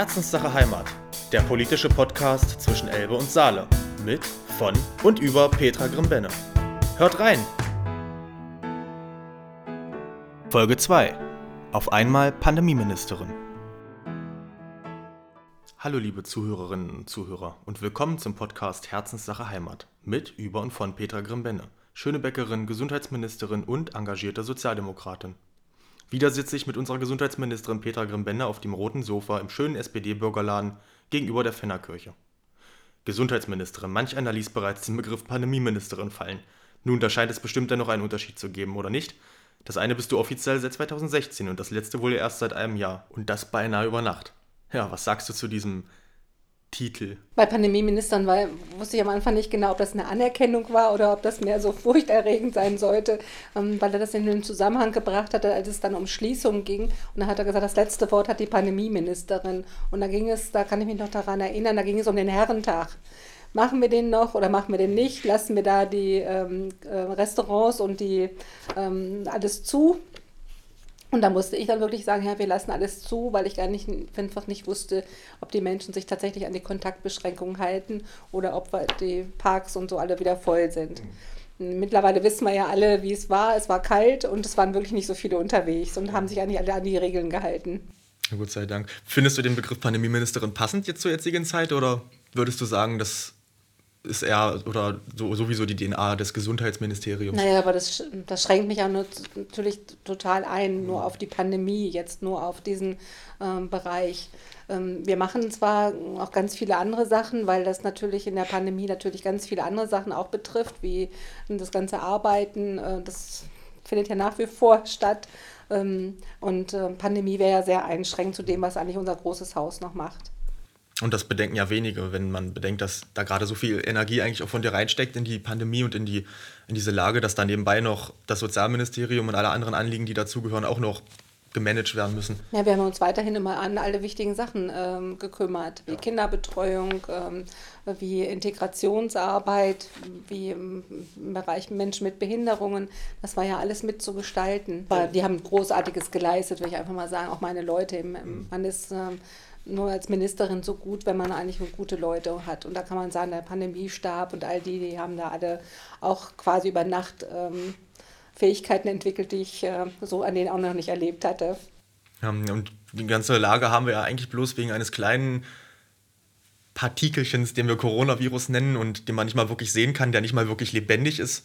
Herzenssache Heimat, der politische Podcast zwischen Elbe und Saale. Mit, von und über Petra Grimbenne. Hört rein! Folge 2. Auf einmal Pandemieministerin. Hallo liebe Zuhörerinnen und Zuhörer und willkommen zum Podcast Herzenssache Heimat. Mit, über und von Petra Grimbenne, Schönebäckerin, Gesundheitsministerin und engagierte Sozialdemokratin. Wieder sitze ich mit unserer Gesundheitsministerin Petra Grimbenne auf dem roten Sofa im schönen SPD-Bürgerladen gegenüber der Fennerkirche. Gesundheitsministerin, manch einer ließ bereits den Begriff Pandemieministerin fallen. Nun, da scheint es bestimmt dann noch einen Unterschied zu geben, oder nicht? Das eine bist du offiziell seit 2016 und das letzte wohl erst seit einem Jahr. Und das beinahe über Nacht. Ja, was sagst du zu diesem Titel? Bei Pandemieministern wusste ich am Anfang nicht genau, ob das eine Anerkennung war oder ob das mehr so furchterregend sein sollte, weil er das in den Zusammenhang gebracht hatte, als es dann um Schließungen ging. Und dann hat er gesagt, das letzte Wort hat die Pandemieministerin. Und da kann ich mich noch daran erinnern, da ging es um den Herrentag. Machen wir den noch oder machen wir den nicht? Lassen wir da die Restaurants und die alles zu? Und da musste ich dann wirklich sagen, ja, wir lassen alles zu, weil ich einfach nicht wusste, ob die Menschen sich tatsächlich an die Kontaktbeschränkungen halten oder ob die Parks und so alle wieder voll sind. Mittlerweile wissen wir ja alle, wie es war. Es war kalt und es waren wirklich nicht so viele unterwegs und haben sich eigentlich alle an die Regeln gehalten. Gott sei Dank. Findest du den Begriff Pandemieministerin passend jetzt zur jetzigen Zeit oder würdest du sagen, das ist eher oder sowieso die DNA des Gesundheitsministeriums? Naja, aber das schränkt mich auch natürlich total ein, nur auf die Pandemie, jetzt nur auf diesen Bereich. Wir machen zwar auch ganz viele andere Sachen, weil das natürlich in der Pandemie natürlich ganz viele andere Sachen auch betrifft, wie das ganze Arbeiten, das findet ja nach wie vor statt. Und Pandemie wäre ja sehr einschränkend zu dem, was eigentlich unser großes Haus noch macht. Und das bedenken ja wenige, wenn man bedenkt, dass da gerade so viel Energie eigentlich auch von dir reinsteckt in die Pandemie und in diese Lage, dass dann nebenbei noch das Sozialministerium und alle anderen Anliegen, die dazugehören, auch noch gemanagt werden müssen. Ja, wir haben uns weiterhin immer an alle wichtigen Sachen gekümmert, wie Kinderbetreuung, wie Integrationsarbeit, wie im Bereich Menschen mit Behinderungen. Das war ja alles mitzugestalten. Die haben Großartiges geleistet, will ich einfach mal sagen, auch meine Leute. Man ist nur als Ministerin so gut, wenn man eigentlich nur gute Leute hat. Und da kann man sagen, der Pandemiestab und all die haben da alle auch quasi über Nacht Fähigkeiten entwickelt, die ich so an denen auch noch nicht erlebt hatte. Ja, und die ganze Lage haben wir ja eigentlich bloß wegen eines kleinen Partikelchens, den wir Coronavirus nennen und den man nicht mal wirklich sehen kann, der nicht mal wirklich lebendig ist.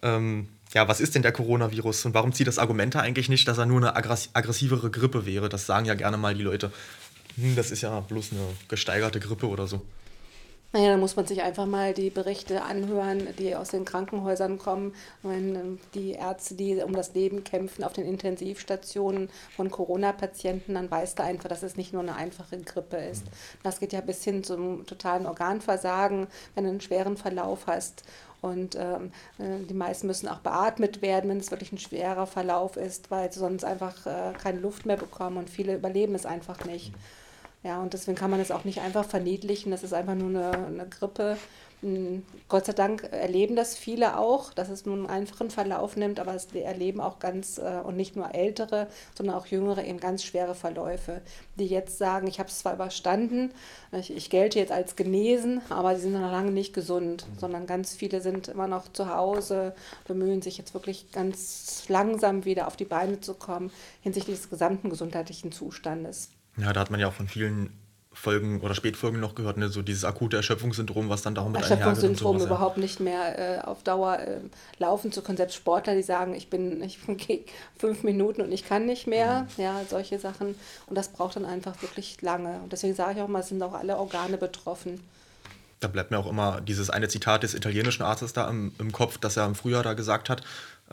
Ja, was ist denn der Coronavirus und warum zieht das Argument eigentlich nicht, dass er nur eine aggressivere Grippe wäre? Das sagen ja gerne mal die Leute. Das ist ja bloß eine gesteigerte Grippe oder so. Naja, da muss man sich einfach mal die Berichte anhören, die aus den Krankenhäusern kommen. Wenn die Ärzte, die um das Leben kämpfen auf den Intensivstationen von Corona-Patienten, dann weißt du einfach, dass es nicht nur eine einfache Grippe ist. Das geht ja bis hin zum totalen Organversagen, wenn du einen schweren Verlauf hast. Und die meisten müssen auch beatmet werden, wenn es wirklich ein schwerer Verlauf ist, weil sie sonst einfach keine Luft mehr bekommen und viele überleben es einfach nicht. Ja, und deswegen kann man es auch nicht einfach verniedlichen, das ist einfach nur eine Grippe. Gott sei Dank erleben das viele auch, dass es nur einen einfachen Verlauf nimmt, aber es erleben auch und nicht nur Ältere, sondern auch Jüngere eben ganz schwere Verläufe, die jetzt sagen, ich habe es zwar überstanden, ich gelte jetzt als genesen, aber sie sind noch lange nicht gesund, sondern ganz viele sind immer noch zu Hause, bemühen sich jetzt wirklich ganz langsam wieder auf die Beine zu kommen hinsichtlich des gesamten gesundheitlichen Zustandes. Ja, da hat man ja auch von vielen Folgen oder Spätfolgen noch gehört, ne? So dieses akute Erschöpfungssyndrom, was dann darum mit einhergeht. Erschöpfungssyndrom überhaupt nicht mehr auf Dauer laufen zu können. Selbst Sportler, die sagen, ich gehe 5 Minuten und ich kann nicht mehr. Ja, solche Sachen. Und das braucht dann einfach wirklich lange. Und deswegen sage ich auch mal, es sind auch alle Organe betroffen. Da bleibt mir auch immer dieses eine Zitat des italienischen Arztes da im Kopf, das er im Frühjahr da gesagt hat,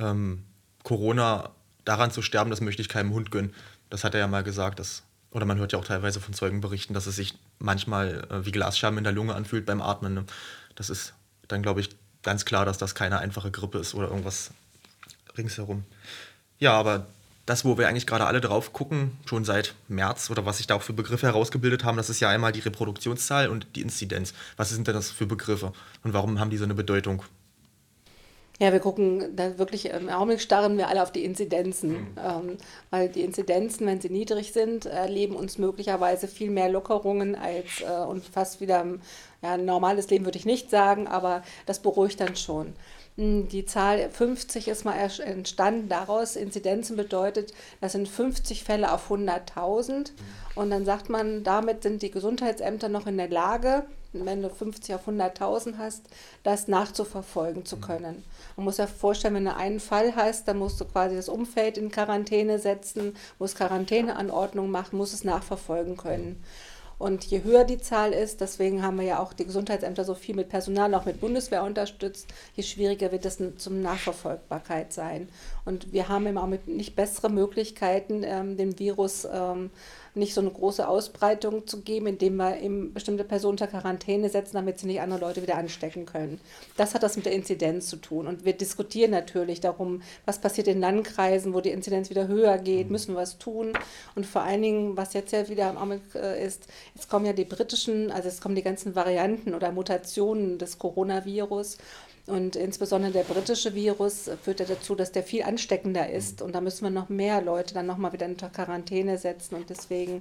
Corona, daran zu sterben, das möchte ich keinem Hund gönnen. Das hat er ja mal gesagt, oder man hört ja auch teilweise von Zeugen berichten, dass es sich manchmal wie Glasscherben in der Lunge anfühlt beim Atmen. Ne? Das ist dann, glaube ich, ganz klar, dass das keine einfache Grippe ist oder irgendwas ringsherum. Ja, aber das, wo wir eigentlich gerade alle drauf gucken, schon seit März, oder was sich da auch für Begriffe herausgebildet haben, das ist ja einmal die Reproduktionszahl und die Inzidenz. Was sind denn das für Begriffe und warum haben die so eine Bedeutung? Ja, wir gucken da wirklich, im Augenblick starren wir alle auf die Inzidenzen, weil die Inzidenzen, wenn sie niedrig sind, erleben uns möglicherweise viel mehr Lockerungen als und fast wieder ja, ein normales Leben würde ich nicht sagen, aber das beruhigt dann schon. Die Zahl 50 ist mal entstanden daraus. Inzidenzen bedeutet, das sind 50 Fälle auf 100.000. Und dann sagt man, damit sind die Gesundheitsämter noch in der Lage, wenn du 50 auf 100.000 hast, das nachzuverfolgen zu können. Man muss ja vorstellen, wenn du einen Fall hast, dann musst du quasi das Umfeld in Quarantäne setzen, musst Quarantäneanordnungen machen, musst es nachverfolgen können. Und je höher die Zahl ist, deswegen haben wir ja auch die Gesundheitsämter so viel mit Personal, auch mit Bundeswehr unterstützt, je schwieriger wird es zum Nachverfolgbarkeit sein. Und wir haben im Augenblick nicht bessere Möglichkeiten, dem Virus nicht so eine große Ausbreitung zu geben, indem wir eben bestimmte Personen unter Quarantäne setzen, damit sie nicht andere Leute wieder anstecken können. Das hat das mit der Inzidenz zu tun. Und wir diskutieren natürlich darum, was passiert in Landkreisen, wo die Inzidenz wieder höher geht, müssen wir was tun. Und vor allen Dingen, was jetzt ja wieder im Augenblick ist, jetzt kommen ja die britischen, also es kommen die ganzen Varianten oder Mutationen des Coronavirus. Und insbesondere der britische Virus führt ja dazu, dass der viel ansteckender ist. Und da müssen wir noch mehr Leute dann nochmal wieder unter Quarantäne setzen. Und deswegen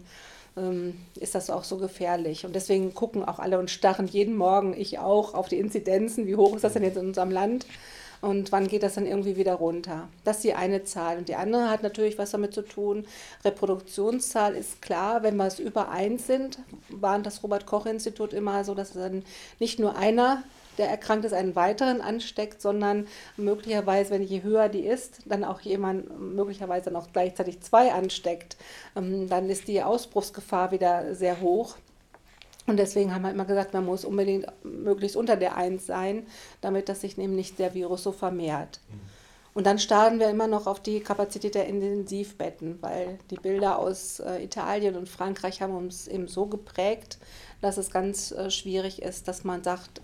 ist das auch so gefährlich. Und deswegen gucken auch alle und starren jeden Morgen, ich auch, auf die Inzidenzen. Wie hoch ist das denn jetzt in unserem Land? Und wann geht das dann irgendwie wieder runter? Das ist die eine Zahl. Und die andere hat natürlich was damit zu tun. Reproduktionszahl ist klar, wenn wir es über 1 sind, war das Robert-Koch-Institut immer so, dass dann nicht nur einer, der erkrankt ist, einen weiteren ansteckt, sondern möglicherweise, wenn je höher die ist, dann auch jemand möglicherweise dann auch gleichzeitig 2 ansteckt. Dann ist die Ausbruchsgefahr wieder sehr hoch. Und deswegen haben wir immer gesagt, man muss unbedingt möglichst unter der 1 sein, damit das sich nämlich der Virus so vermehrt. Und dann starren wir immer noch auf die Kapazität der Intensivbetten, weil die Bilder aus Italien und Frankreich haben uns eben so geprägt, dass es ganz schwierig ist, dass man sagt,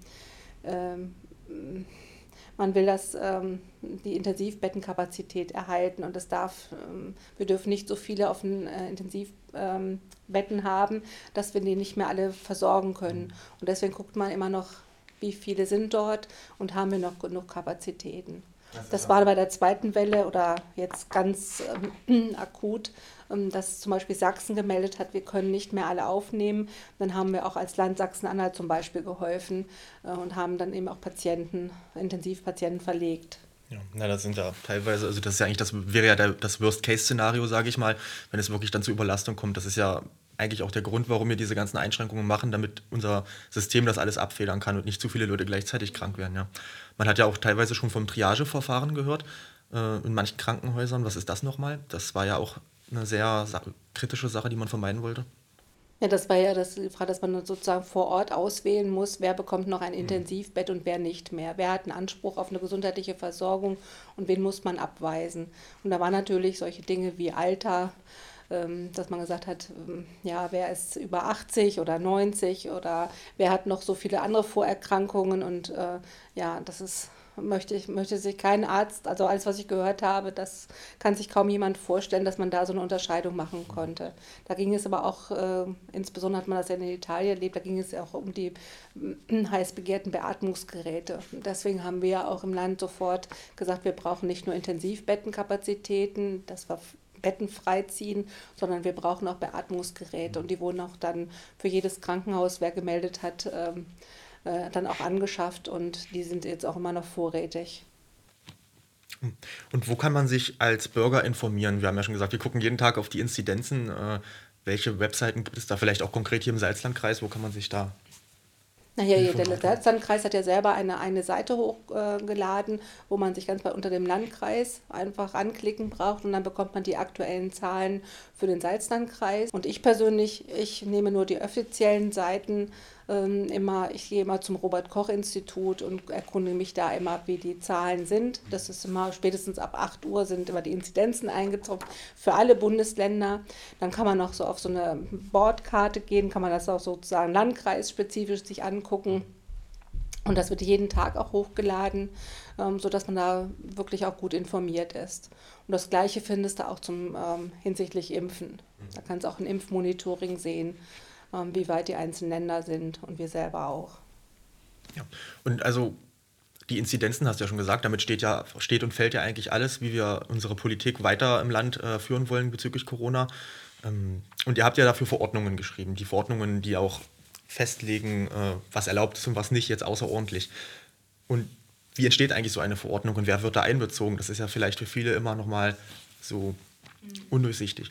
man will die Intensivbettenkapazität erhalten und wir dürfen nicht so viele auf den Intensivbetten haben, dass wir die nicht mehr alle versorgen können. Und deswegen guckt man immer noch, wie viele sind dort und haben wir noch genug Kapazitäten. Das war bei der zweiten Welle oder jetzt ganz akut, dass zum Beispiel Sachsen gemeldet hat, wir können nicht mehr alle aufnehmen. Dann haben wir auch als Land Sachsen-Anhalt zum Beispiel geholfen und haben dann eben auch Intensivpatienten verlegt. Ja, na, das sind ja teilweise, also das ist ja eigentlich, das wäre ja das Worst-Case-Szenario, sage ich mal, wenn es wirklich dann zur Überlastung kommt. Das ist ja eigentlich auch der Grund, warum wir diese ganzen Einschränkungen machen, damit unser System das alles abfedern kann und nicht zu viele Leute gleichzeitig krank werden. Ja. Man hat ja auch teilweise schon vom Triageverfahren gehört in manchen Krankenhäusern. Was ist das nochmal? Das war ja auch eine sehr kritische Sache, die man vermeiden wollte. Ja, das war ja die Frage, dass man sozusagen vor Ort auswählen muss, wer bekommt noch ein Intensivbett und wer nicht mehr. Wer hat einen Anspruch auf eine gesundheitliche Versorgung und wen muss man abweisen. Und da waren natürlich solche Dinge wie Alter, dass man gesagt hat, ja, wer ist über 80 oder 90 oder wer hat noch so viele andere Vorerkrankungen und ja, möchte sich kein Arzt, also alles, was ich gehört habe, das kann sich kaum jemand vorstellen, dass man da so eine Unterscheidung machen konnte. Da ging es aber auch, insbesondere hat man das ja in Italien erlebt, da ging es ja auch um die heiß begehrten Beatmungsgeräte. Deswegen haben wir ja auch im Land sofort gesagt, wir brauchen nicht nur Intensivbettenkapazitäten, das war Betten freiziehen, sondern wir brauchen auch Beatmungsgeräte und die wurden auch dann für jedes Krankenhaus, wer gemeldet hat, dann auch angeschafft und die sind jetzt auch immer noch vorrätig. Und wo kann man sich als Bürger informieren? Wir haben ja schon gesagt, wir gucken jeden Tag auf die Inzidenzen. Welche Webseiten gibt es da vielleicht auch konkret hier im Salzlandkreis? Wo kann man sich da... Naja, der Salzlandkreis hat ja selber eine Seite hochgeladen, wo man sich ganz unter dem Landkreis einfach anklicken braucht und dann bekommt man die aktuellen Zahlen für den Salzlandkreis. Und ich persönlich, ich nehme nur die offiziellen Seiten ich gehe immer zum Robert-Koch-Institut und erkundige mich da immer, wie die Zahlen sind. Das ist immer spätestens ab 8 Uhr sind immer die Inzidenzen eingezogen für alle Bundesländer. Dann kann man noch so auf so eine Bordkarte gehen, kann man das auch sozusagen landkreisspezifisch sich angucken. Und das wird jeden Tag auch hochgeladen, sodass man da wirklich auch gut informiert ist. Und das Gleiche findest du auch hinsichtlich Impfen. Da kannst du auch ein Impfmonitoring sehen, wie weit die einzelnen Länder sind und wir selber auch. Ja. Und also die Inzidenzen hast du ja schon gesagt, damit steht und fällt ja eigentlich alles, wie wir unsere Politik weiter im Land führen wollen bezüglich Corona. Und ihr habt ja dafür Verordnungen geschrieben, die Verordnungen, die auch festlegen, was erlaubt ist und was nicht, jetzt außerordentlich. Und wie entsteht eigentlich so eine Verordnung und wer wird da einbezogen? Das ist ja vielleicht für viele immer noch mal so undurchsichtig.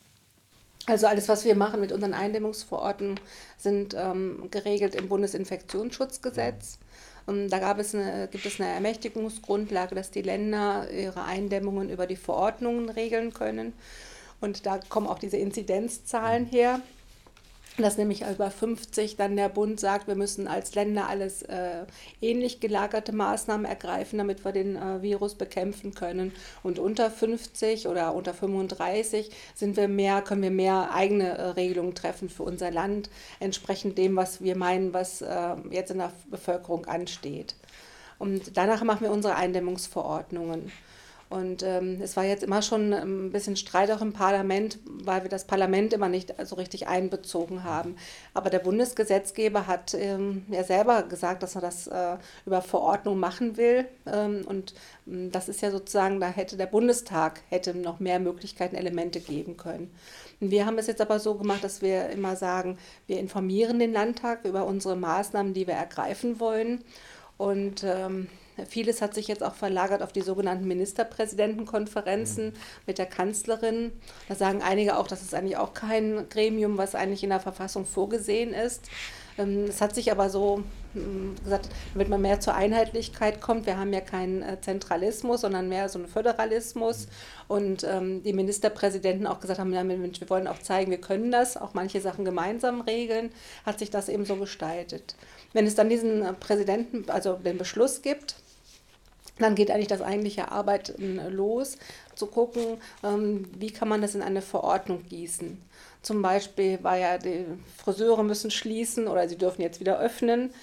Also alles, was wir machen mit unseren Eindämmungsverordnungen, sind geregelt im Bundesinfektionsschutzgesetz. Da gibt es eine Ermächtigungsgrundlage, dass die Länder ihre Eindämmungen über die Verordnungen regeln können. Und da kommen auch diese Inzidenzzahlen her. Dass nämlich über 50 dann der Bund sagt, wir müssen als Länder alles ähnlich gelagerte Maßnahmen ergreifen, damit wir den Virus bekämpfen können. Und unter 50 oder unter 35 können wir mehr eigene Regelungen treffen für unser Land, entsprechend dem, was wir meinen, was jetzt in der Bevölkerung ansteht. Und danach machen wir unsere Eindämmungsverordnungen. Und es war jetzt immer schon ein bisschen Streit auch im Parlament, weil wir das Parlament immer nicht so richtig einbezogen haben. Aber der Bundesgesetzgeber hat ja selber gesagt, dass er das über Verordnung machen will. Und das ist ja sozusagen, da hätte der Bundestag noch mehr Möglichkeiten, Elemente geben können. Und wir haben es jetzt aber so gemacht, dass wir immer sagen, wir informieren den Landtag über unsere Maßnahmen, die wir ergreifen wollen. Und vieles hat sich jetzt auch verlagert auf die sogenannten Ministerpräsidentenkonferenzen mit der Kanzlerin. Da sagen einige auch, das ist eigentlich auch kein Gremium, was eigentlich in der Verfassung vorgesehen ist. Es hat sich aber so gesagt, damit man mehr zur Einheitlichkeit kommt. Wir haben ja keinen Zentralismus, sondern mehr so einen Föderalismus. Und die Ministerpräsidenten auch gesagt haben, ja, Mensch, wir wollen auch zeigen, wir können das, auch manche Sachen gemeinsam regeln, hat sich das eben so gestaltet. Wenn es dann diesen Präsidenten, also den Beschluss gibt, dann geht eigentlich das eigentliche Arbeiten los, zu gucken, wie kann man das in eine Verordnung gießen. Zum Beispiel war ja, die Friseure müssen schließen oder sie dürfen jetzt wieder öffnen.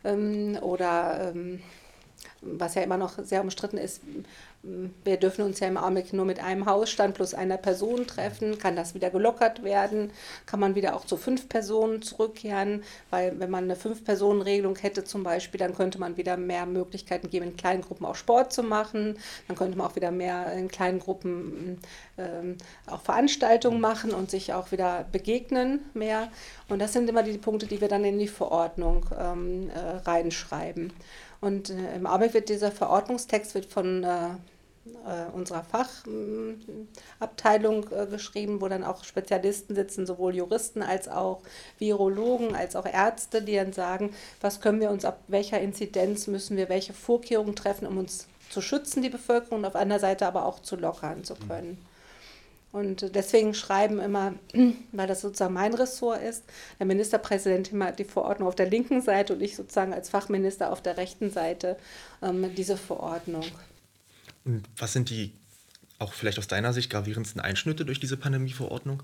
Oder was ja immer noch sehr umstritten ist, wir dürfen uns ja im Augenblick nur mit einem Hausstand plus einer Person treffen. Kann das wieder gelockert werden? Kann man wieder auch zu 5 Personen zurückkehren? Weil wenn man eine 5-Personen-Regelung hätte zum Beispiel, dann könnte man wieder mehr Möglichkeiten geben, in kleinen Gruppen auch Sport zu machen. Dann könnte man auch wieder mehr in kleinen Gruppen auch Veranstaltungen machen und sich auch wieder begegnen mehr. Und das sind immer die Punkte, die wir dann in die Verordnung reinschreiben. Und im Augenblick wird dieser Verordnungstext von unserer Fachabteilung geschrieben, wo dann auch Spezialisten sitzen, sowohl Juristen als auch Virologen, als auch Ärzte, die dann sagen, was können wir uns, ab welcher Inzidenz müssen wir welche Vorkehrungen treffen, um uns zu schützen, die Bevölkerung, und auf einer Seite aber auch zu lockern zu können. Und deswegen schreiben immer, weil das sozusagen mein Ressort ist, der Ministerpräsident immer die Verordnung auf der linken Seite und ich sozusagen als Fachminister auf der rechten Seite diese Verordnung. Und was sind die, auch vielleicht aus deiner Sicht, gravierendsten Einschnitte durch diese Pandemieverordnung?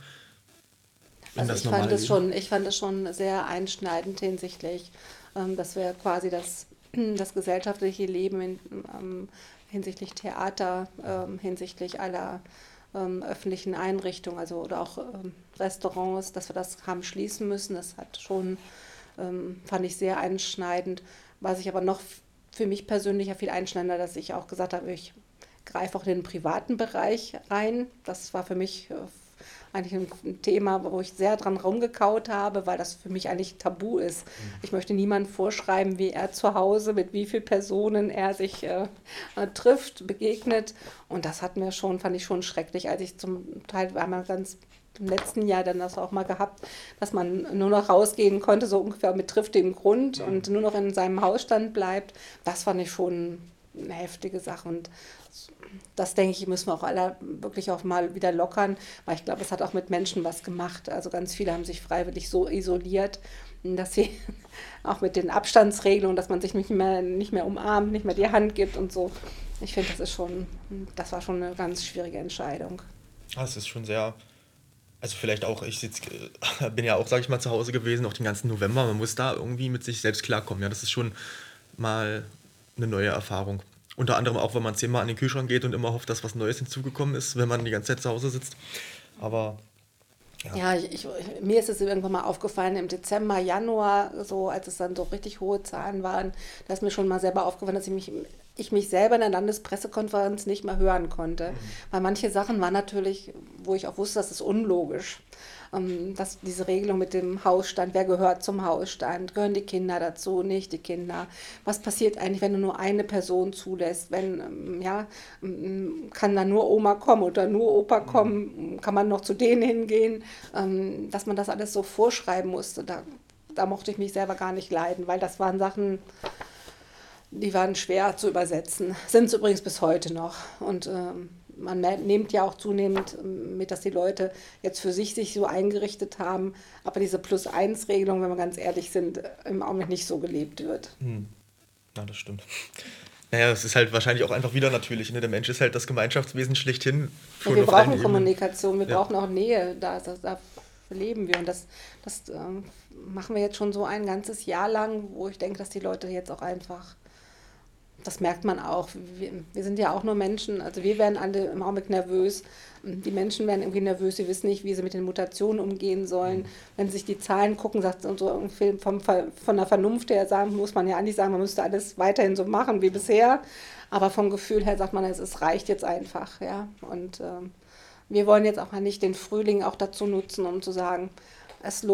Also ich fand das schon sehr einschneidend hinsichtlich, dass wir quasi das gesellschaftliche Leben hinsichtlich Theater, hinsichtlich aller öffentlichen Einrichtungen, also oder auch Restaurants, dass wir das haben schließen müssen. Das hat schon, fand ich sehr einschneidend. Was ich aber noch für mich persönlich ja viel einschneidender, dass ich auch gesagt habe, ich greife auch in den privaten Bereich rein. Das war für mich eigentlich ein Thema, wo ich sehr dran rumgekaut habe, weil das für mich eigentlich tabu ist. Ich möchte niemandem vorschreiben, wie er zu Hause, mit wie vielen Personen er sich trifft, begegnet. Und das fand ich schon schrecklich, als ich zum Teil, wir haben ja ganz im letzten Jahr dann das auch mal gehabt, dass man nur noch rausgehen konnte, so ungefähr mit triftigem Grund und nur noch in seinem Hausstand bleibt. Das fand ich schon eine heftige Sache und das, denke ich, müssen wir auch alle wirklich auch mal wieder lockern, weil ich glaube, es hat auch mit Menschen was gemacht. Also ganz viele haben sich freiwillig so isoliert, dass sie auch mit den Abstandsregelungen, dass man sich nicht mehr umarmt, nicht mehr die Hand gibt und so. Ich finde, das war schon eine ganz schwierige Entscheidung. Das ist schon sehr, also vielleicht auch, bin ja auch, sage ich mal, zu Hause gewesen, auch den ganzen November. Man muss da irgendwie mit sich selbst klarkommen. Ja, das ist schon mal eine neue Erfahrung. Unter anderem auch, wenn man 10-mal an den Kühlschrank geht und immer hofft, dass was Neues hinzugekommen ist, wenn man die ganze Zeit zu Hause sitzt. Aber Ja. Ja, mir ist es irgendwann mal aufgefallen im Dezember, Januar, so als es dann so richtig hohe Zahlen waren, da ist mir schon mal selber aufgefallen, dass ich mich selber in der Landespressekonferenz nicht mehr hören konnte. Weil manche Sachen waren natürlich, wo ich auch wusste, das ist unlogisch. Dass diese Regelung mit dem Hausstand, wer gehört zum Hausstand, gehören die Kinder dazu, nicht die Kinder. Was passiert eigentlich, wenn du nur eine Person zulässt? Kann da nur Oma kommen oder nur Opa kommen? Kann man noch zu denen hingehen? Dass man das alles so vorschreiben musste, da mochte ich mich selber gar nicht leiden, weil das waren Sachen, die waren schwer zu übersetzen. Sind es übrigens bis heute noch. Und man nimmt ja auch zunehmend mit, dass die Leute jetzt für sich so eingerichtet haben, aber diese Plus-1-Regelung, wenn wir ganz ehrlich sind, im Augenblick nicht so gelebt wird. Ja, das stimmt. Naja, es ist halt wahrscheinlich auch einfach wieder natürlich. Ne? Der Mensch ist halt das Gemeinschaftswesen schlechthin. Ja, wir brauchen Kommunikation, wir brauchen auch Nähe, da leben wir. Und das machen wir jetzt schon so ein ganzes Jahr lang, wo ich denke, dass die Leute jetzt auch einfach, das merkt man auch. Wir sind ja auch nur Menschen, also wir werden alle im Augenblick nervös. Die Menschen werden irgendwie nervös, sie wissen nicht, wie sie mit den Mutationen umgehen sollen. Wenn sie sich die Zahlen gucken, sagt und so irgendwie von der Vernunft her sagen, muss man ja eigentlich sagen, man müsste alles weiterhin so machen wie bisher. Aber vom Gefühl her sagt man, es reicht jetzt einfach. Ja? Und wir wollen jetzt auch mal nicht den Frühling auch dazu nutzen, um zu sagen, es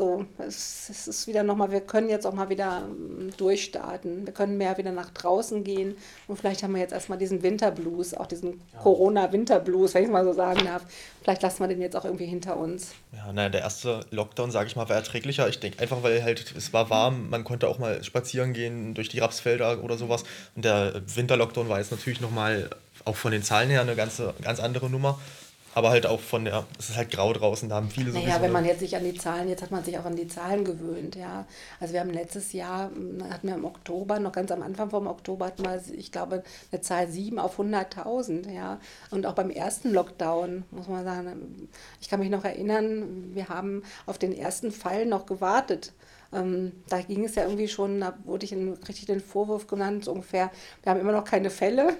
ist wieder nochmal, wir können jetzt auch mal wieder durchstarten. Wir können mehr wieder nach draußen gehen. Und vielleicht haben wir jetzt erstmal diesen Winterblues, auch diesen Corona-Winterblues, wenn ich es mal so sagen darf. Vielleicht lassen wir den jetzt auch irgendwie hinter uns. Ja, naja, der erste Lockdown, sage ich mal, war erträglicher. Ich denke einfach, weil halt es war warm, man konnte auch mal spazieren gehen durch die Rapsfelder oder sowas. Und der Winterlockdown war jetzt natürlich nochmal, auch von den Zahlen her, eine ganz andere Nummer. Aber halt auch es ist halt grau draußen, da haben viele sowieso... Naja, wenn man jetzt sich an die Zahlen, jetzt hat man sich auch an die Zahlen gewöhnt, ja. Also wir haben letztes Jahr, hatten wir im Oktober, noch ganz am Anfang vom Oktober, hatten wir, ich glaube, eine Zahl 7 auf 100.000, ja. Und auch beim ersten Lockdown, muss man sagen, ich kann mich noch erinnern, wir haben auf den ersten Fall noch gewartet. Da ging es ja irgendwie schon, da kriegte ich den Vorwurf genannt, so ungefähr, wir haben immer noch keine Fälle.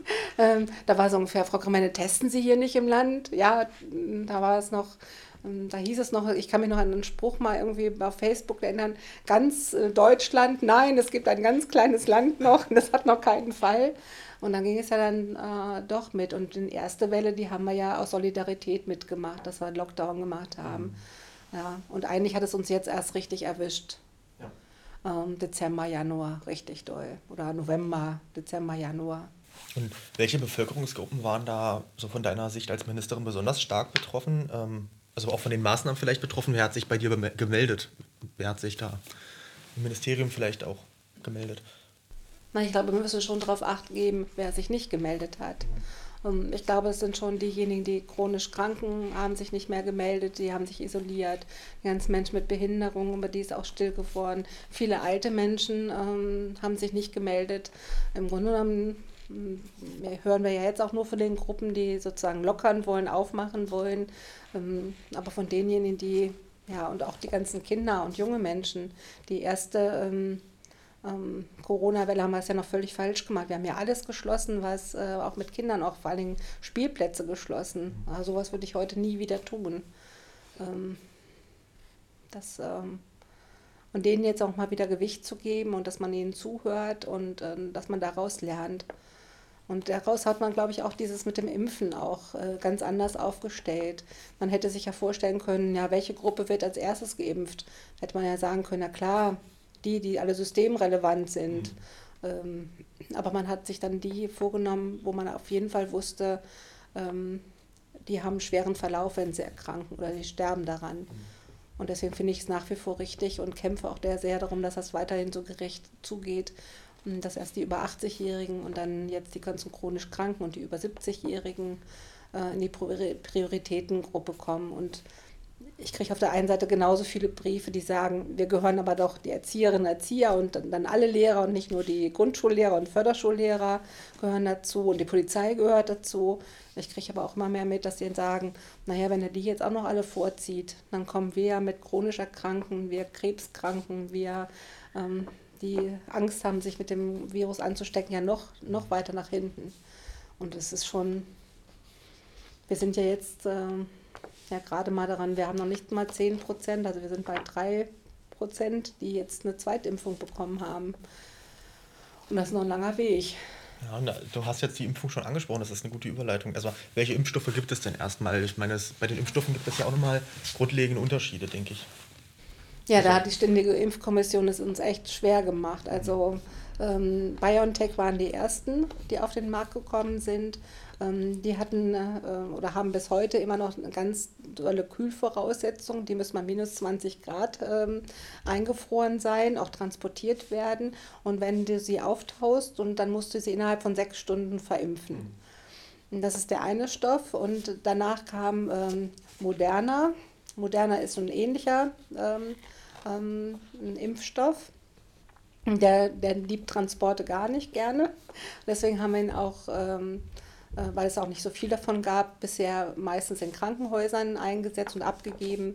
Da war so ungefähr, Frau Grimbenne, testen Sie hier nicht im Land? Ja, da war es noch, da hieß es noch, ich kann mich noch an einen Spruch mal irgendwie auf Facebook erinnern, ganz Deutschland, nein, es gibt ein ganz kleines Land noch, das hat noch keinen Fall. Und dann ging es ja dann doch mit. Und die erste Welle, die haben wir ja aus Solidarität mitgemacht, dass wir einen Lockdown gemacht haben. Ja, und eigentlich hat es uns jetzt erst richtig erwischt. Dezember, Januar, richtig doll. Oder November, Dezember, Januar. Und welche Bevölkerungsgruppen waren da so von deiner Sicht als Ministerin besonders stark betroffen? Also auch von den Maßnahmen vielleicht betroffen? Wer hat sich bei dir gemeldet? Wer hat sich da im Ministerium vielleicht auch gemeldet? Na, ich glaube, wir müssen schon darauf Acht geben, wer sich nicht gemeldet hat. Ich glaube, es sind schon diejenigen, die chronisch kranken, haben sich nicht mehr gemeldet, die haben sich isoliert. Die ganzen Menschen mit Behinderung, über die ist auch still geworden. Viele alte Menschen haben sich nicht gemeldet. Im Grunde genommen hören wir ja jetzt auch nur von den Gruppen, die sozusagen lockern wollen, aufmachen wollen. Aber von denjenigen, die, ja, und auch die ganzen Kinder und junge Menschen, die erste Corona-Welle haben wir es ja noch völlig falsch gemacht. Wir haben ja alles geschlossen, was auch mit Kindern, auch vor allen Dingen Spielplätze geschlossen. Also sowas würde ich heute nie wieder tun. Und denen jetzt auch mal wieder Gewicht zu geben und dass man ihnen zuhört und dass man daraus lernt. Und daraus hat man, glaube ich, auch dieses mit dem Impfen auch ganz anders aufgestellt. Man hätte sich ja vorstellen können, ja, welche Gruppe wird als erstes geimpft? Hätte man ja sagen können, na klar, die alle systemrelevant sind. Aber man hat sich dann die vorgenommen, wo man auf jeden Fall wusste, die haben einen schweren Verlauf, wenn sie erkranken oder die sterben daran. Und deswegen finde ich es nach wie vor richtig und kämpfe auch sehr darum, dass das weiterhin so gerecht zugeht, dass erst die über 80-Jährigen und dann jetzt die ganzen chronisch Kranken und die über 70-Jährigen in die Prioritätengruppe kommen. Und ich kriege auf der einen Seite genauso viele Briefe, die sagen, wir gehören aber doch, die Erzieherinnen, Erzieher und dann alle Lehrer und nicht nur die Grundschullehrer und Förderschullehrer gehören dazu und die Polizei gehört dazu. Ich kriege aber auch immer mehr mit, dass sie sagen, naja, wenn er die jetzt auch noch alle vorzieht, dann kommen wir mit chronisch Erkrankten, wir Krebskranken, wir die Angst haben, sich mit dem Virus anzustecken, ja noch weiter nach hinten. Und es ist schon, wir sind ja jetzt ja gerade mal daran, wir haben noch nicht mal 10%, also wir sind bei 3%, die jetzt eine Zweitimpfung bekommen haben. Und das ist noch ein langer Weg. Ja, du hast jetzt die Impfung schon angesprochen, das ist eine gute Überleitung. Also, welche Impfstoffe gibt es denn erstmal? Ich meine, bei den Impfstoffen gibt es ja auch nochmal grundlegende Unterschiede, denke ich. Ja, Also, da hat die Ständige Impfkommission es uns echt schwer gemacht. Also BioNTech waren die ersten, die auf den Markt gekommen sind. Die hatten oder haben bis heute immer noch eine ganz tolle Kühlvoraussetzung. Die müssen mal minus 20 Grad eingefroren sein, auch transportiert werden. Und wenn du sie auftaust, und dann musst du sie innerhalb von 6 Stunden verimpfen. Und das ist der eine Stoff. Und danach kam Moderna. Moderna ist so ein ähnlicher ein Impfstoff. Der liebt Transporte gar nicht gerne. Deswegen haben wir ihn auch, weil es auch nicht so viel davon gab, bisher meistens in Krankenhäusern eingesetzt und abgegeben.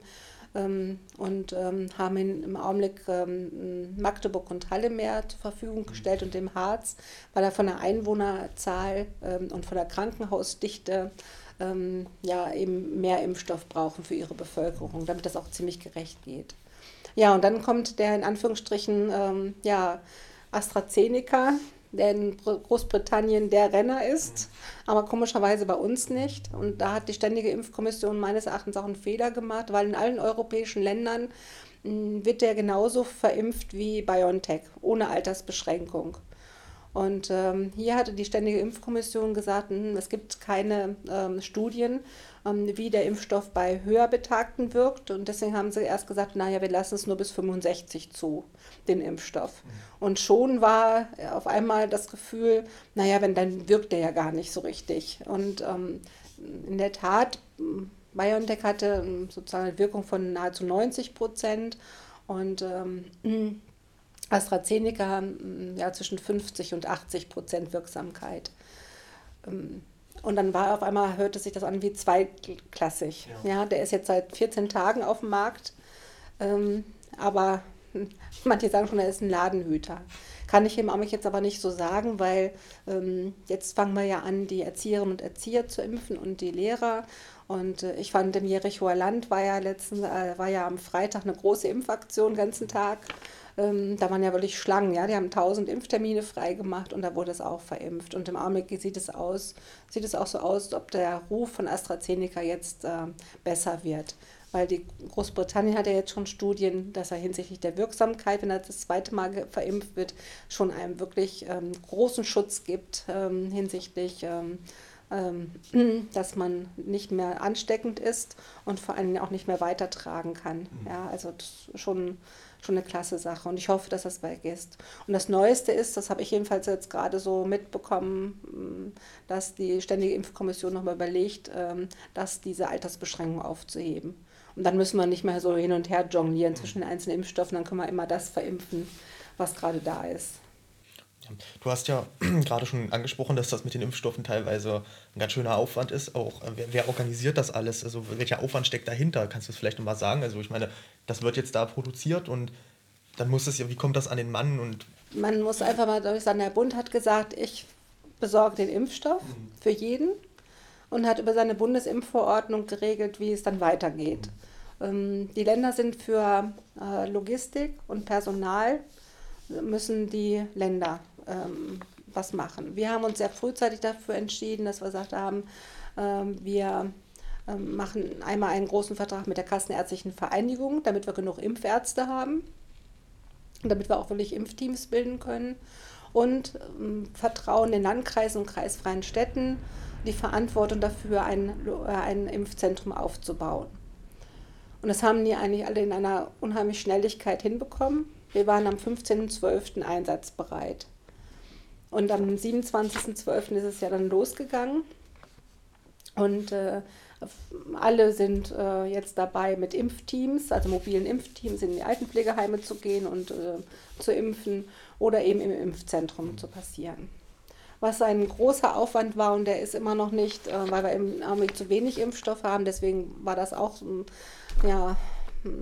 Haben ihn im Augenblick Magdeburg und Halle mehr zur Verfügung gestellt und dem Harz, weil er von der Einwohnerzahl und von der Krankenhausdichte ja, eben mehr Impfstoff brauchen für ihre Bevölkerung, damit das auch ziemlich gerecht geht. Ja, und dann kommt der in Anführungsstrichen ja, AstraZeneca, der in Großbritannien der Renner ist, aber komischerweise bei uns nicht. Und da hat die Ständige Impfkommission meines Erachtens auch einen Fehler gemacht, weil in allen europäischen Ländern wird der genauso verimpft wie BioNTech, ohne Altersbeschränkung. Und hier hatte die Ständige Impfkommission gesagt, es gibt keine Studien, wie der Impfstoff bei Höherbetagten wirkt. Und deswegen haben sie erst gesagt, naja, wir lassen es nur bis 65 zu, den Impfstoff. Und schon war auf einmal das Gefühl, naja, dann wirkt der ja gar nicht so richtig. Und in der Tat, BioNTech hatte sozusagen eine Wirkung von nahezu 90% und AstraZeneca ja, zwischen 50 und 80% Wirksamkeit. Und dann war auf einmal, hörte sich das an wie zweiklassig. Ja, der ist jetzt seit 14 Tagen auf dem Markt, aber manche sagen schon, er ist ein Ladenhüter. Kann ich im Augenblick jetzt aber nicht so sagen, weil jetzt fangen wir ja an, die Erzieherinnen und Erzieher zu impfen und die Lehrer. Und ich fand, im Jerichoer Land war ja am Freitag eine große Impfaktion den ganzen Tag. Da waren ja wirklich Schlangen, ja, die haben 1000 Impftermine freigemacht und da wurde es auch verimpft. Und im Augenblick sieht es auch so aus, als ob der Ruf von AstraZeneca jetzt besser wird. Weil die Großbritannien hat ja jetzt schon Studien, dass er hinsichtlich der Wirksamkeit, wenn er das zweite Mal verimpft wird, schon einen wirklich großen Schutz gibt hinsichtlich dass man nicht mehr ansteckend ist und vor allem auch nicht mehr weitertragen kann. Ja, also das ist schon eine klasse Sache und ich hoffe, dass das weg ist. Und das Neueste ist, das habe ich jedenfalls jetzt gerade so mitbekommen, dass die Ständige Impfkommission nochmal überlegt, dass diese Altersbeschränkung aufzuheben. Und dann müssen wir nicht mehr so hin und her jonglieren zwischen den einzelnen Impfstoffen, dann können wir immer das verimpfen, was gerade da ist. Du hast ja gerade schon angesprochen, dass das mit den Impfstoffen teilweise ein ganz schöner Aufwand ist. Auch wer organisiert das alles? Also welcher Aufwand steckt dahinter? Kannst du es vielleicht nochmal sagen? Also ich meine, das wird jetzt da produziert und dann muss es ja, wie kommt das an den Mann? Und man muss einfach mal dadurch sagen, der Bund hat gesagt, ich besorge den Impfstoff für jeden und hat über seine Bundesimpfverordnung geregelt, wie es dann weitergeht. Die Länder sind für Logistik und Personal, müssen die Länder was machen. Wir haben uns sehr frühzeitig dafür entschieden, dass wir gesagt haben, wir machen einmal einen großen Vertrag mit der Kassenärztlichen Vereinigung, damit wir genug Impfärzte haben, damit wir auch wirklich Impfteams bilden können und vertrauen den Landkreisen und kreisfreien Städten die Verantwortung dafür, ein Impfzentrum aufzubauen. Und das haben die eigentlich alle in einer unheimlich Schnelligkeit hinbekommen. Wir waren am 15.12. einsatzbereit. Und am 27.12. ist es ja dann losgegangen. Und alle sind jetzt dabei, mit Impfteams, also mobilen Impfteams, in die Altenpflegeheime zu gehen und zu impfen oder eben im Impfzentrum zu passieren. Was ein großer Aufwand war und der ist immer noch nicht, weil wir im Augenblick zu wenig Impfstoff haben, deswegen war das auch ja,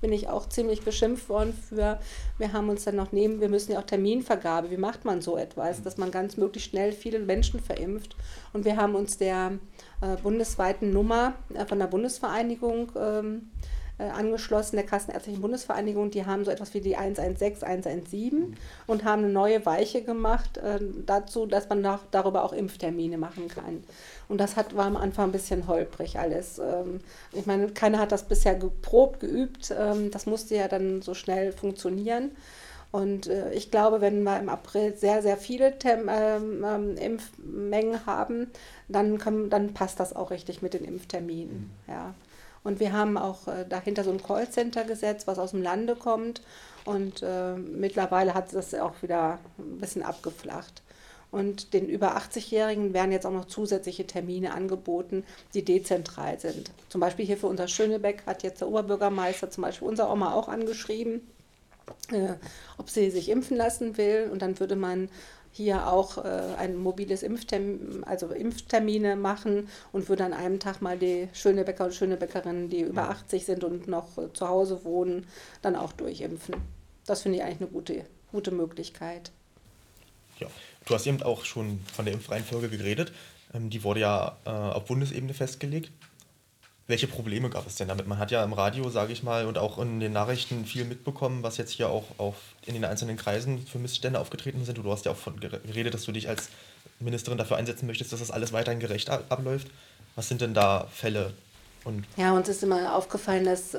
bin ich auch ziemlich beschimpft worden für. Wir haben uns dann noch wir müssen ja auch Terminvergabe, wie macht man so etwas, dass man ganz möglichst schnell viele Menschen verimpft. Und wir haben uns der bundesweiten Nummer von der Bundesvereinigung angeschlossen, der Kassenärztlichen Bundesvereinigung, die haben so etwas wie die 116, 117 und haben eine neue Weiche gemacht dazu, dass man darüber auch Impftermine machen kann. Und das war am Anfang ein bisschen holprig alles. Ich meine, keiner hat das bisher geübt. Das musste ja dann so schnell funktionieren. Und ich glaube, wenn wir im April sehr, sehr viele Impfmengen haben, dann passt das auch richtig mit den Impfterminen. Ja. Und wir haben auch dahinter so ein Callcenter gesetzt, was aus dem Lande kommt. Und mittlerweile hat das auch wieder ein bisschen abgeflacht. Und den über 80-Jährigen werden jetzt auch noch zusätzliche Termine angeboten, die dezentral sind. Zum Beispiel hier für unser Schönebeck hat jetzt der Oberbürgermeister zum Beispiel unsere Oma auch angeschrieben, ob sie sich impfen lassen will. Und dann würde man hier auch ein mobiles Impftermine machen und würde an einem Tag mal die Schönebecker und Schönebäckerinnen, die über 80 sind und noch zu Hause wohnen, dann auch durchimpfen. Das finde ich eigentlich eine gute Möglichkeit. Ja, du hast eben auch schon von der Impfreihenfolge geredet. Die wurde ja auf Bundesebene festgelegt. Welche Probleme gab es denn damit? Man hat ja im Radio, sage ich mal, und auch in den Nachrichten viel mitbekommen, was jetzt hier auch in den einzelnen Kreisen für Missstände aufgetreten sind. Du hast ja auch von geredet, dass du dich als Ministerin dafür einsetzen möchtest, dass das alles weiterhin gerecht abläuft. Was sind denn da Fälle? Ja, uns ist immer aufgefallen, dass,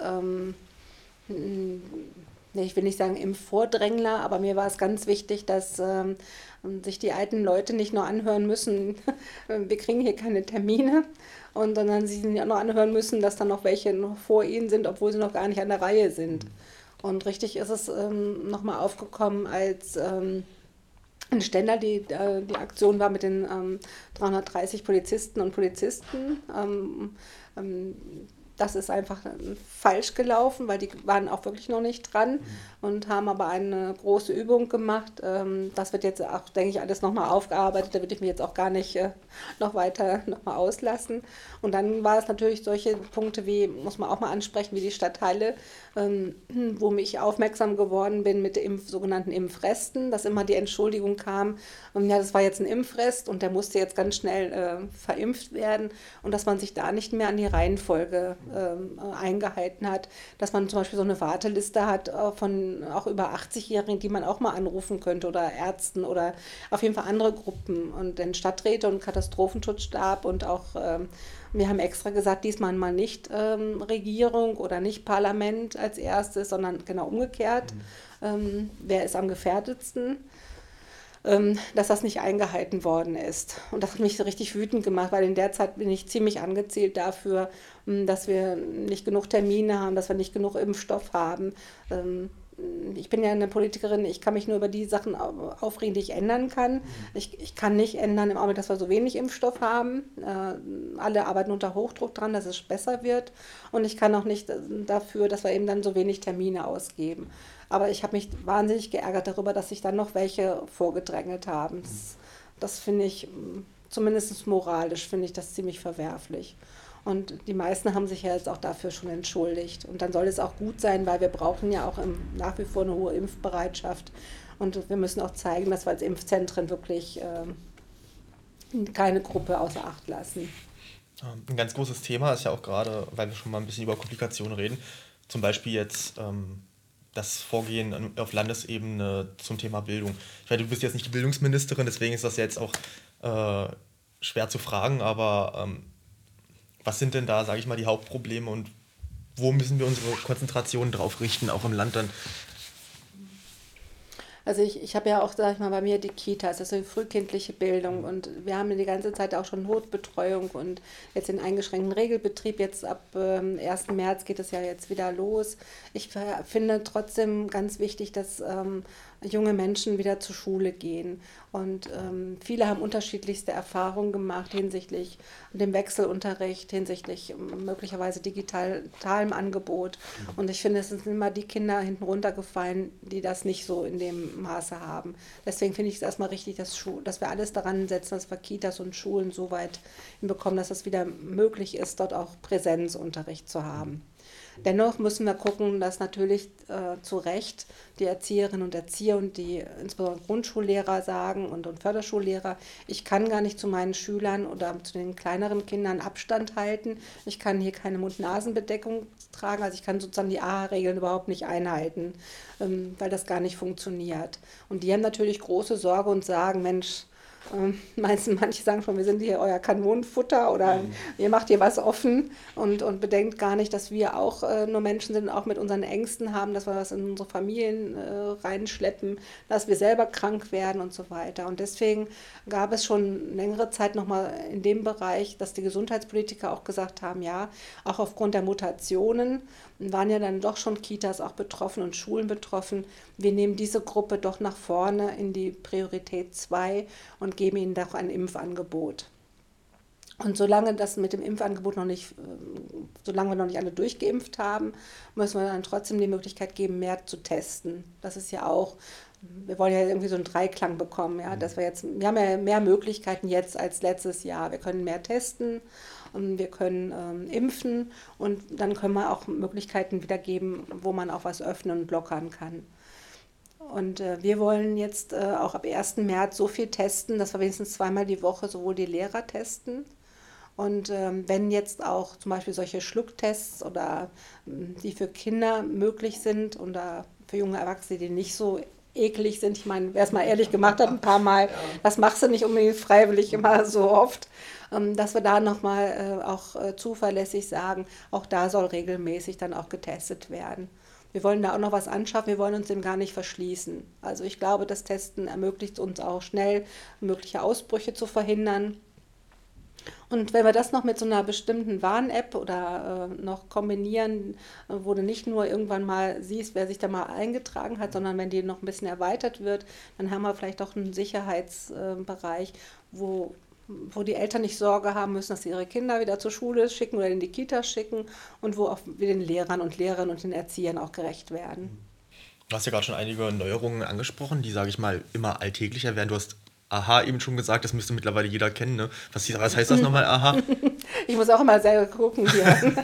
ich will nicht sagen Impfvordrängler, aber mir war es ganz wichtig, dass sich die alten Leute nicht nur anhören müssen, wir kriegen hier keine Termine, sondern sie sich auch noch anhören müssen, dass dann noch welche noch vor ihnen sind, obwohl sie noch gar nicht an der Reihe sind. Und richtig ist es nochmal aufgekommen, als in Stendal die Aktion war mit den 330 Polizisten und Polizisten. Das ist einfach falsch gelaufen, weil die waren auch wirklich noch nicht dran und haben aber eine große Übung gemacht. Das wird jetzt auch, denke ich, alles nochmal aufgearbeitet. Da würde ich mich jetzt auch gar nicht noch weiter nochmal auslassen. Und dann war es natürlich solche Punkte wie, muss man auch mal ansprechen, wie die Stadtteile, wo ich aufmerksam geworden bin mit sogenannten Impfresten, dass immer die Entschuldigung kam, ja, das war jetzt ein Impfrest und der musste jetzt ganz schnell verimpft werden und dass man sich da nicht mehr an die Reihenfolge eingehalten hat, dass man zum Beispiel so eine Warteliste hat von auch über 80-Jährigen, die man auch mal anrufen könnte oder Ärzten oder auf jeden Fall andere Gruppen und den Stadträte und Katastrophenschutzstab und auch wir haben extra gesagt, diesmal mal nicht Regierung oder nicht Parlament als erstes, sondern genau umgekehrt. Wer ist am gefährdetsten? Dass das nicht eingehalten worden ist. Und das hat mich so richtig wütend gemacht, weil in der Zeit bin ich ziemlich angezählt dafür, dass wir nicht genug Termine haben, dass wir nicht genug Impfstoff haben. Ich bin ja eine Politikerin, ich kann mich nur über die Sachen aufregen, die ich ändern kann. Ich kann nicht ändern im Augenblick, dass wir so wenig Impfstoff haben. Alle arbeiten unter Hochdruck dran, dass es besser wird. Und ich kann auch nicht dafür, dass wir eben dann so wenig Termine ausgeben. Aber ich habe mich wahnsinnig geärgert darüber, dass sich dann noch welche vorgedrängelt haben. Das finde ich, zumindest moralisch, finde ich das ziemlich verwerflich. Und die meisten haben sich ja jetzt auch dafür schon entschuldigt. Und dann soll es auch gut sein, weil wir brauchen ja auch nach wie vor eine hohe Impfbereitschaft. Und wir müssen auch zeigen, dass wir als Impfzentren wirklich keine Gruppe außer Acht lassen. Ein ganz großes Thema ist ja auch gerade, weil wir schon mal ein bisschen über Komplikationen reden, zum Beispiel jetzt das Vorgehen auf Landesebene zum Thema Bildung. Ich weiß, du bist jetzt nicht die Bildungsministerin, deswegen ist das jetzt auch schwer zu fragen, aber was sind denn da, sage ich mal, die Hauptprobleme und wo müssen wir unsere Konzentration drauf richten, auch im Land dann? Also ich habe ja auch, sag ich mal, bei mir die Kitas, also die frühkindliche Bildung und wir haben die ganze Zeit auch schon Notbetreuung und jetzt den eingeschränkten Regelbetrieb, jetzt ab 1. März geht es ja jetzt wieder los. Ich finde trotzdem ganz wichtig, dass junge Menschen wieder zur Schule gehen und viele haben unterschiedlichste Erfahrungen gemacht hinsichtlich dem Wechselunterricht, hinsichtlich möglicherweise digitalem Angebot und ich finde, es sind immer die Kinder hinten runtergefallen, die das nicht so in dem Maße haben. Deswegen finde ich es erstmal richtig, dass wir alles daran setzen, dass wir Kitas und Schulen so weit hinbekommen, dass es wieder möglich ist, dort auch Präsenzunterricht zu haben. Dennoch müssen wir gucken, dass natürlich zu Recht die Erzieherinnen und Erzieher und die insbesondere Grundschullehrer sagen und Förderschullehrer, ich kann gar nicht zu meinen Schülern oder zu den kleineren Kindern Abstand halten. Ich kann hier keine Mund-Nasen-Bedeckung tragen, also ich kann sozusagen die AHA-Regeln überhaupt nicht einhalten, weil das gar nicht funktioniert. Und die haben natürlich große Sorge und sagen, Mensch, manche sagen schon, wir sind hier euer Kanonenfutter oder ihr macht hier was offen und bedenkt gar nicht, dass wir auch nur Menschen sind, auch mit unseren Ängsten haben, dass wir was in unsere Familien reinschleppen, dass wir selber krank werden und so weiter. Und deswegen gab es schon längere Zeit nochmal in dem Bereich, dass die Gesundheitspolitiker auch gesagt haben, ja, auch aufgrund der Mutationen waren ja dann doch schon Kitas auch betroffen und Schulen betroffen. Wir nehmen diese Gruppe doch nach vorne in die Priorität 2 und geben ihnen doch ein Impfangebot. Und solange das mit dem Impfangebot solange wir noch nicht alle durchgeimpft haben, müssen wir dann trotzdem die Möglichkeit geben, mehr zu testen. Das ist ja auch, wir wollen ja irgendwie so einen Dreiklang bekommen, ja, dass wir haben ja mehr Möglichkeiten jetzt als letztes Jahr. Wir können mehr testen und wir können impfen und dann können wir auch Möglichkeiten wieder geben, wo man auch was öffnen und lockern kann. Und wir wollen jetzt auch ab 1. März so viel testen, dass wir wenigstens 2-mal die Woche sowohl die Lehrer testen. Und wenn jetzt auch zum Beispiel solche Schlucktests oder die für Kinder möglich sind oder für junge Erwachsene, die nicht so eklig sind, ich meine, wer es mal ehrlich gemacht hat, ein paar Mal, das machst du nicht unbedingt freiwillig immer so oft, dass wir da nochmal auch zuverlässig sagen, auch da soll regelmäßig dann auch getestet werden. Wir wollen da auch noch was anschaffen, wir wollen uns dem gar nicht verschließen. Also ich glaube, das Testen ermöglicht uns auch schnell mögliche Ausbrüche zu verhindern. Und wenn wir das noch mit so einer bestimmten Warn-App oder noch kombinieren, wo du nicht nur irgendwann mal siehst, wer sich da mal eingetragen hat, sondern wenn die noch ein bisschen erweitert wird, dann haben wir vielleicht auch einen Sicherheitsbereich, wo die Eltern nicht Sorge haben müssen, dass sie ihre Kinder wieder zur Schule schicken oder in die Kita schicken und wo auch wir den Lehrern und Lehrerinnen und den Erziehern auch gerecht werden. Du hast ja gerade schon einige Neuerungen angesprochen, die, sage ich mal, immer alltäglicher werden. Du hast Aha eben schon gesagt, das müsste mittlerweile jeder kennen, ne? Was heißt das nochmal, Aha? Ich muss auch immer selber gucken hier.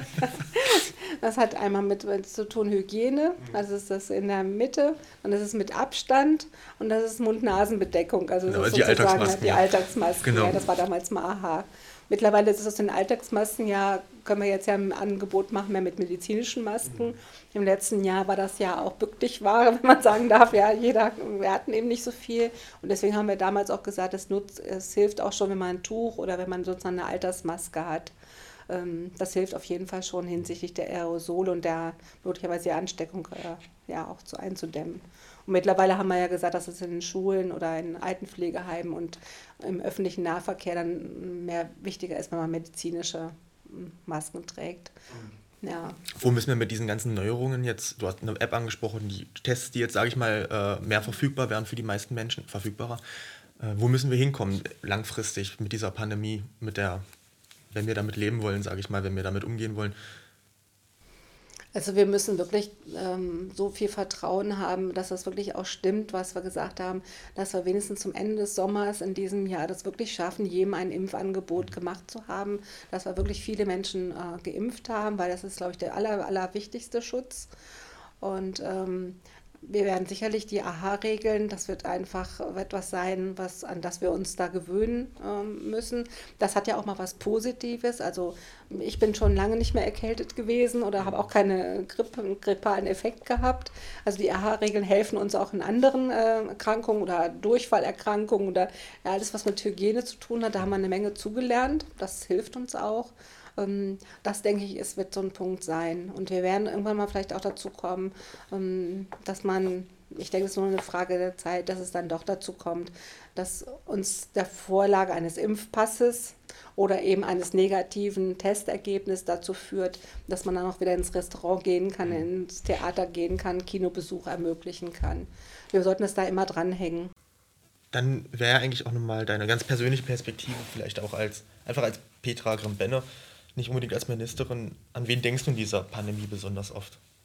Das hat einmal mit zu tun Hygiene, also ist das in der Mitte und das ist mit Abstand und das ist Mund-Nasen-Bedeckung, also das ist die sozusagen Alltagsmasken, die Alltagsmasken. Genau. Ja, das war damals mal Aha. Mittlerweile ist es aus den Alltagsmasken, ja, können wir jetzt ja ein Angebot machen, mehr mit medizinischen Masken. Im letzten Jahr war das ja auch Bücklichware, wenn man sagen darf, ja, wir hatten eben nicht so viel und deswegen haben wir damals auch gesagt, es hilft auch schon, wenn man ein Tuch oder wenn man sozusagen eine Altersmaske hat. Das hilft auf jeden Fall schon hinsichtlich der Aerosole und der möglicherweise die Ansteckung ja auch einzudämmen. Und mittlerweile haben wir ja gesagt, dass es in den Schulen oder in Altenpflegeheimen und im öffentlichen Nahverkehr dann mehr wichtiger ist, wenn man medizinische Masken trägt. Ja. Wo müssen wir mit diesen ganzen Neuerungen jetzt, du hast eine App angesprochen, die Tests, die jetzt, sage ich mal, mehr verfügbar werden für die meisten Menschen, verfügbarer. Wo müssen wir hinkommen langfristig mit dieser Pandemie, wenn wir damit leben wollen, sage ich mal, wenn wir damit umgehen wollen? Also wir müssen wirklich so viel Vertrauen haben, dass das wirklich auch stimmt, was wir gesagt haben, dass wir wenigstens zum Ende des Sommers in diesem Jahr das wirklich schaffen, jedem ein Impfangebot gemacht zu haben, dass wir wirklich viele Menschen geimpft haben, weil das ist, glaube ich, der allerwichtigste Schutz. Und wir werden sicherlich die AHA-Regeln, das wird einfach etwas sein, an das wir uns da gewöhnen müssen. Das hat ja auch mal was Positives. Also ich bin schon lange nicht mehr erkältet gewesen oder habe auch keine grippalen Effekt gehabt. Also die AHA-Regeln helfen uns auch in anderen Erkrankungen oder Durchfallerkrankungen oder ja, alles, was mit Hygiene zu tun hat. Da haben wir eine Menge zugelernt. Das hilft uns auch. Das denke ich, es wird so ein Punkt sein. Und wir werden irgendwann mal vielleicht auch dazu kommen, dass ich denke, es ist nur eine Frage der Zeit, dass es dann doch dazu kommt, dass uns der Vorlage eines Impfpasses oder eben eines negativen Testergebnisses dazu führt, dass man dann auch wieder ins Restaurant gehen kann, ins Theater gehen kann, Kinobesuch ermöglichen kann. Wir sollten es da immer dranhängen. Dann wäre eigentlich auch nochmal deine ganz persönliche Perspektive, vielleicht auch einfach als Petra Grimm-Benne, nicht unbedingt als Ministerin. An wen denkst du in dieser Pandemie besonders oft?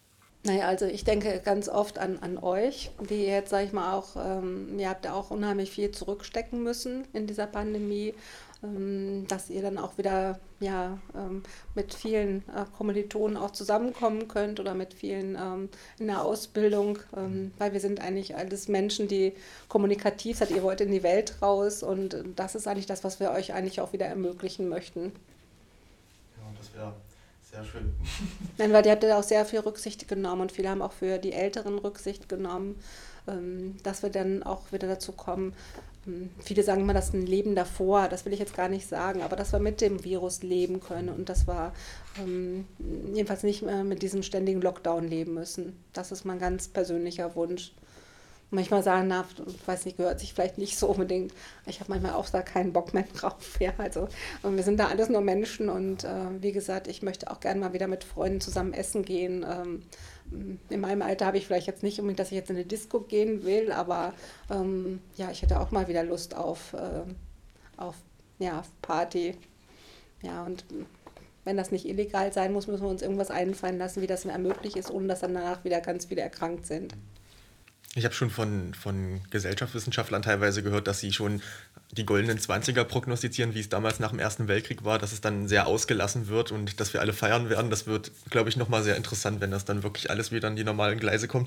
Naja, also ich denke ganz oft an euch, die jetzt, sag ich mal, auch, ihr habt ja auch unheimlich viel zurückstecken müssen in dieser Pandemie, dass ihr dann auch wieder ja, mit vielen Kommilitonen auch zusammenkommen könnt oder mit vielen in der Ausbildung, weil wir sind eigentlich alles Menschen, die kommunikativ sind, ihr wollt in die Welt raus und das ist eigentlich das, was wir euch eigentlich auch wieder ermöglichen möchten. Ja, das wäre sehr schön. Nein, weil die habt ja auch sehr viel Rücksicht genommen und viele haben auch für die Älteren Rücksicht genommen, dass wir dann auch wieder dazu kommen. Viele sagen immer, das ist ein Leben davor, das will ich jetzt gar nicht sagen, aber dass wir mit dem Virus leben können und dass wir jedenfalls nicht mit diesem ständigen Lockdown leben müssen. Das ist mein ganz persönlicher Wunsch. Manchmal sagen, na, ich weiß nicht, gehört sich vielleicht nicht so unbedingt. Ich habe manchmal auch da keinen Bock mehr drauf. Ja, also wir sind da alles nur Menschen und wie gesagt, ich möchte auch gerne mal wieder mit Freunden zusammen essen gehen. In meinem Alter habe ich vielleicht jetzt nicht unbedingt, dass ich jetzt in eine Disco gehen will, aber ja, ich hätte auch mal wieder Lust auf ja, Party. Ja, und wenn das nicht illegal sein muss, müssen wir uns irgendwas einfallen lassen, wie das möglich ist, ohne dass dann danach wieder ganz viele erkrankt sind. Ich habe schon von Gesellschaftswissenschaftlern teilweise gehört, dass sie schon die goldenen 20er prognostizieren, wie es damals nach dem Ersten Weltkrieg war, dass es dann sehr ausgelassen wird und dass wir alle feiern werden. Das wird, glaube ich, nochmal sehr interessant, wenn das dann wirklich alles wieder in die normalen Gleise kommt.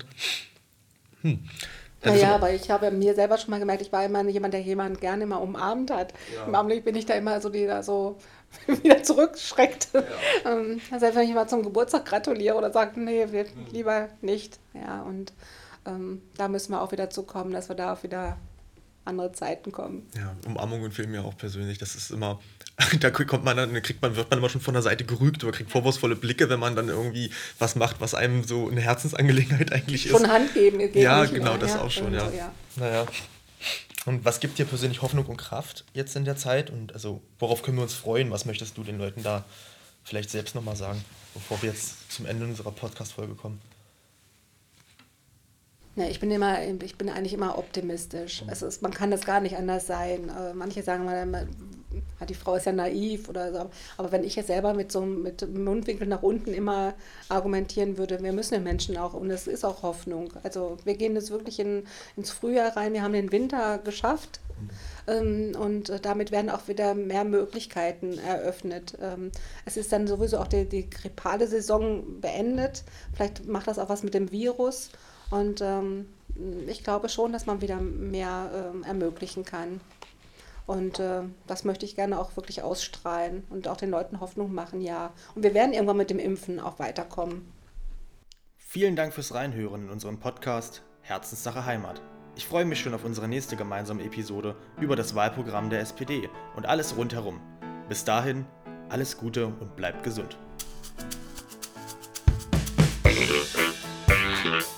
Naja, aber ich habe mir selber schon mal gemerkt, ich war immer jemand, der jemanden gerne mal umarmt hat. Ja. Im Augenblick bin ich da immer so, die da so wieder zurückschreckt. Ja. Selbst wenn ich mal zum Geburtstag gratuliere oder sage, nee, lieber nicht. Ja, und da müssen wir auch wieder zukommen, dass wir da auch wieder andere Zeiten kommen. Ja, Umarmungen fehlen mir auch persönlich. Das ist immer, da wird man immer schon von der Seite gerügt oder kriegt vorwurfsvolle Blicke, wenn man dann irgendwie was macht, was einem so eine Herzensangelegenheit eigentlich ist. Schon Hand geben. Ja, genau, das ja, auch schon, ja. So, ja. Naja. Und was gibt dir persönlich Hoffnung und Kraft jetzt in der Zeit? Und also, worauf können wir uns freuen? Was möchtest du den Leuten da vielleicht selbst nochmal sagen, bevor wir jetzt zum Ende unserer Podcast-Folge kommen? Ja, ich bin eigentlich immer optimistisch. Man kann das gar nicht anders sein. Manche sagen mal, die Frau ist ja naiv oder so. Aber wenn ich jetzt selber mit dem Mundwinkel nach unten immer argumentieren würde, wir müssen den Menschen auch, und es ist auch Hoffnung. Also wir gehen jetzt wirklich ins Frühjahr rein, wir haben den Winter geschafft. Und damit werden auch wieder mehr Möglichkeiten eröffnet. Es ist dann sowieso auch die grippale Saison beendet. Vielleicht macht das auch was mit dem Virus. Und ich glaube schon, dass man wieder mehr ermöglichen kann. Und das möchte ich gerne auch wirklich ausstrahlen und auch den Leuten Hoffnung machen, ja. Und wir werden irgendwann mit dem Impfen auch weiterkommen. Vielen Dank fürs Reinhören in unseren Podcast Herzenssache Heimat. Ich freue mich schon auf unsere nächste gemeinsame Episode über das Wahlprogramm der SPD und alles rundherum. Bis dahin, alles Gute und bleibt gesund.